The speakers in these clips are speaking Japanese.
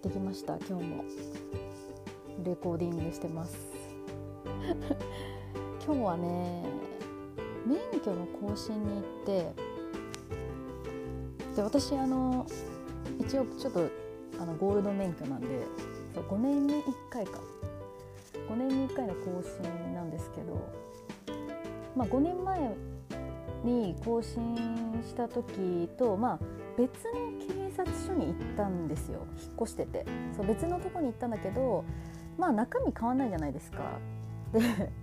ってきました。今日もレコーディングしてます今日はね、免許の更新に行って、で私一応ちょっとゴールド免許なんで、5年に1回か5年に1回の更新なんですけど、5年前に更新した時と、別の警察署に行ったんですよ。引っ越してて、別のとこに行ったんだけど、中身変わんないじゃないですか。で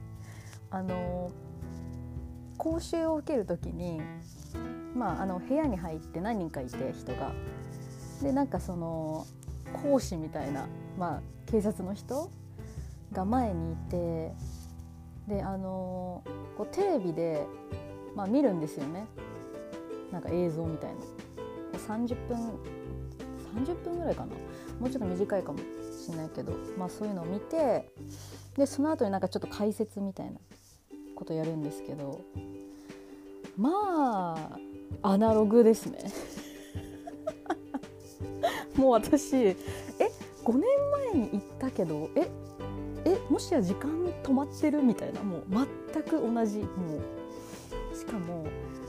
講習を受ける時に、部屋に入って何人かいて人がで、講師みたいな、警察の人が前にいて、でこうテレビで、見るんですよね。映像みたいな30分ぐらいかな、もうちょっと短いかもしれないけど、そういうのを見て、でその後にちょっと解説みたいなことやるんですけど、アナログですねもう私5年前に行ったけどもしや時間止まってるみたいな、もう全く同じ。もうしかも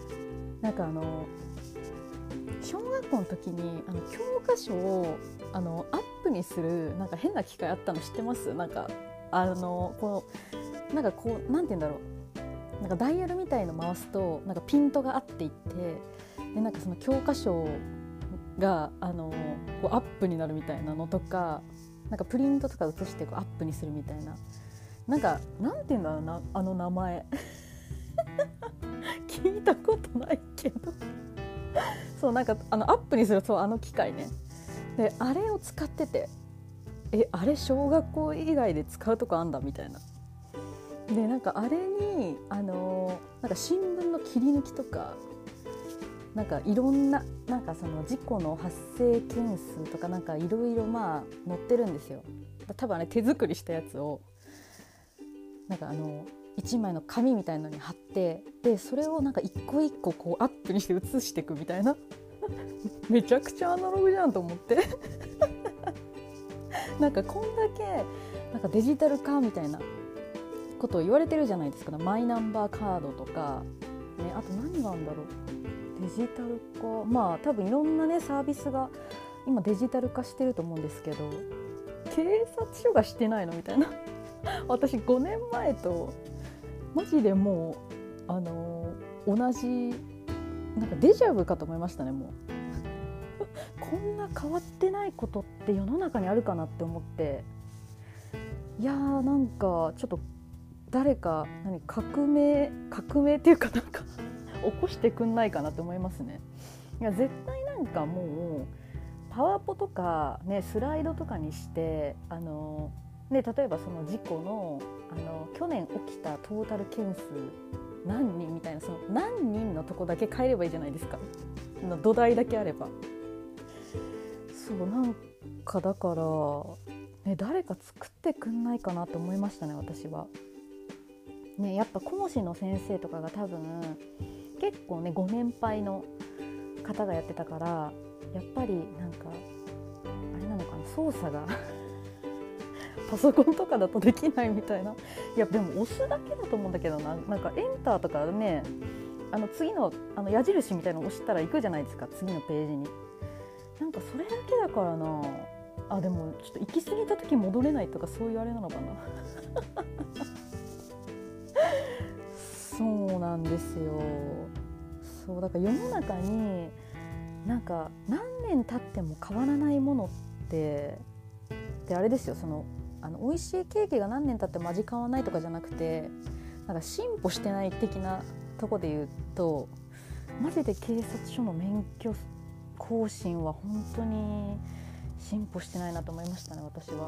小学校の時に教科書をアップにする変な機械あったの知ってます？なんて言うんだろう、ダイヤルみたいの回すとピントが合っていって、でその教科書がこうアップになるみたいなのとか、プリントとか写してアップにするみたいな、なんて言うんだろうな、名前聞いたことないけどアップにする機械ね。であれを使ってて、あれ小学校以外で使うとこあんだみたいな。であれに新聞の切り抜きとかいろんなその事故の発生件数とかいろいろ載ってるんですよ。多分手作りしたやつを1枚の紙みたいのに貼って、でそれを一個一個こうアップにして写していくみたいなめちゃくちゃアナログじゃんと思ってこんだけデジタル化みたいなことを言われてるじゃないですか。マイナンバーカードとか、あと何があるんだろう、デジタル化、多分いろんなサービスが今デジタル化してると思うんですけど、警察署がしてないのみたいな私5年前とマジでもう同じデジャブかと思いましたね。もうこんな変わってないことって世の中にあるかなって思って、いやーちょっと誰か革命っていうか起こしてくんないかなって思いますね。いや絶対もうパワポとかスライドとかにして例えばその事故の去年起きたトータル件数何人みたいな、その何人のとこだけ変えればいいじゃないですか。土台だけあれば。だから、誰か作ってくんないかなと思いましたね、私は。やっぱ講師の先生とかが多分結構ご年配の方がやってたから、やっぱりあれなのかな、操作がパソコンとかだとできないみたいな。いやでも押すだけだと思うんだけどな、エンターとかね、次の矢印みたいなの押したら行くじゃないですか、次のページに。それだけだからな。でもちょっと行き過ぎた時戻れないとか、そういうあれなのかなそうなんですよ。だから世の中に何年経っても変わらないものってあれですよ。美味しいケーキが何年経っても味変わらないとかじゃなくて、進歩してない的なとこで言うと、マジで警察署の免許更新は本当に進歩してないなと思いましたね、私は。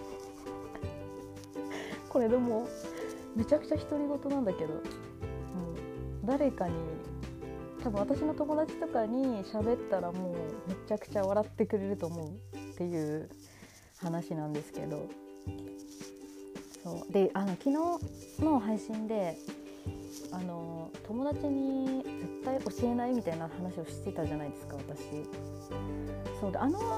これでもめちゃくちゃ独り言なんだけど、誰かに多分私の友達とかに喋ったらもうめちゃくちゃ笑ってくれると思うっていう話なんですけど、そうで昨日の配信で友達に絶対教えないみたいな話をしてたじゃないですか、私。そうで、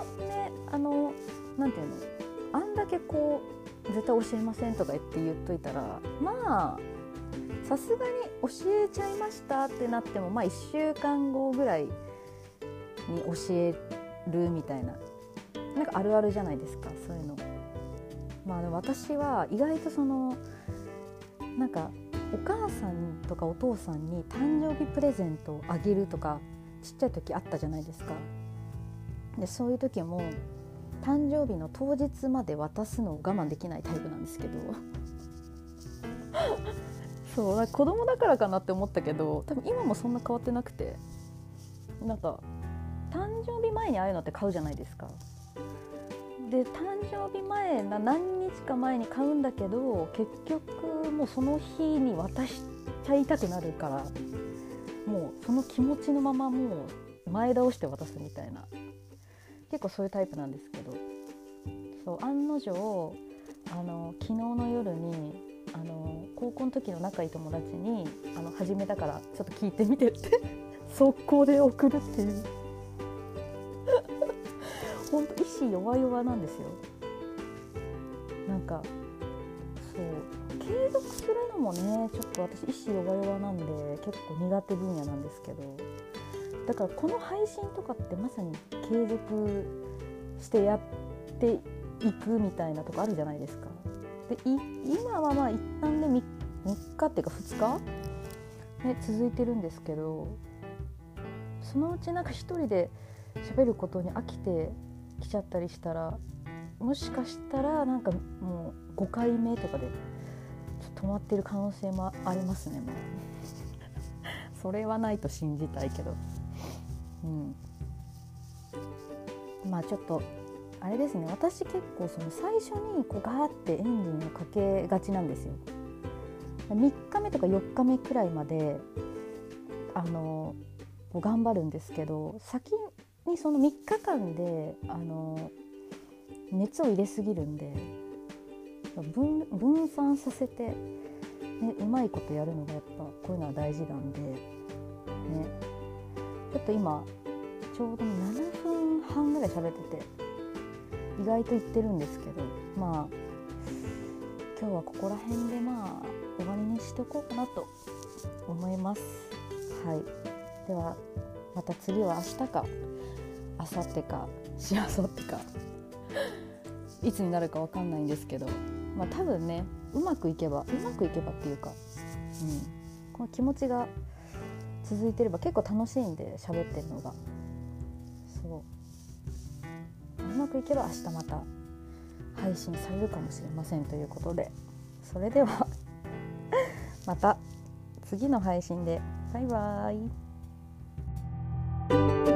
なんていうの、あんだけこう絶対教えませんとか言っといたら、まあさすがに教えちゃいましたってなっても、まあ1週間後ぐらいに教えるみたいな、なんかあるあるじゃないですか、そういうの。まあでも私は意外となんかお母さんとかお父さんに誕生日プレゼントをあげるとかちっちゃい時あったじゃないですか。でそういう時も誕生日の当日まで渡すのを我慢できないタイプなんですけどそう、子供だからかなって思ったけど、多分今もそんな変わってなくて、なんか誕生日前にああいうのって買うじゃないですか。で誕生日前何日か前に買うんだけど、結局もうその日に渡しちゃいたくなるから、もうその気持ちのままもう前倒して渡すみたいな、結構そういうタイプなんですけど、そう案の定昨日の夜に高校の時の仲いい友達に始めたからちょっと聞いてみてって速攻で送るっていう本当意志弱々なんですよ。なんかそう継続するのもね、ちょっと私意志弱々なんで結構苦手分野なんですけど、だからこの配信とかってまさに継続してやっていくみたいなとこあるじゃないですか。で今はまあ一旦ね 3日っていうか2日、ね、続いてるんですけど、そのうちなんか一人で喋ることに飽きてきちゃったりしたら、もしかしたらなんかもう5回目とかでちょっと止まってる可能性もありますね。もうそれはないと信じたいけど、まあちょっとあれですね、私結構最初にこうガーってエンジンをかけがちなんですよ。3日目とか4日目くらいまでこう頑張るんですけど、先にその3日間で熱を入れすぎるんで、分散させて、ね、うまいことやるのがやっぱこういうのは大事なんで、ね、ちょっと今ちょうど7分半ぐらい喋ってて意外といってるんですけど、まあ今日はここら辺でまあ終わりにしておこうかなと思います。はい、ではまた次は明日か明後日かしあさってかいつになるか分かんないんですけど、まあ多分ねうまくいけばっていうか、この気持ちが続いてれば結構楽しいんで喋ってるのが、うまくいけば明日また配信されるかもしれませんということで、それではまた次の配信でバイバーイ。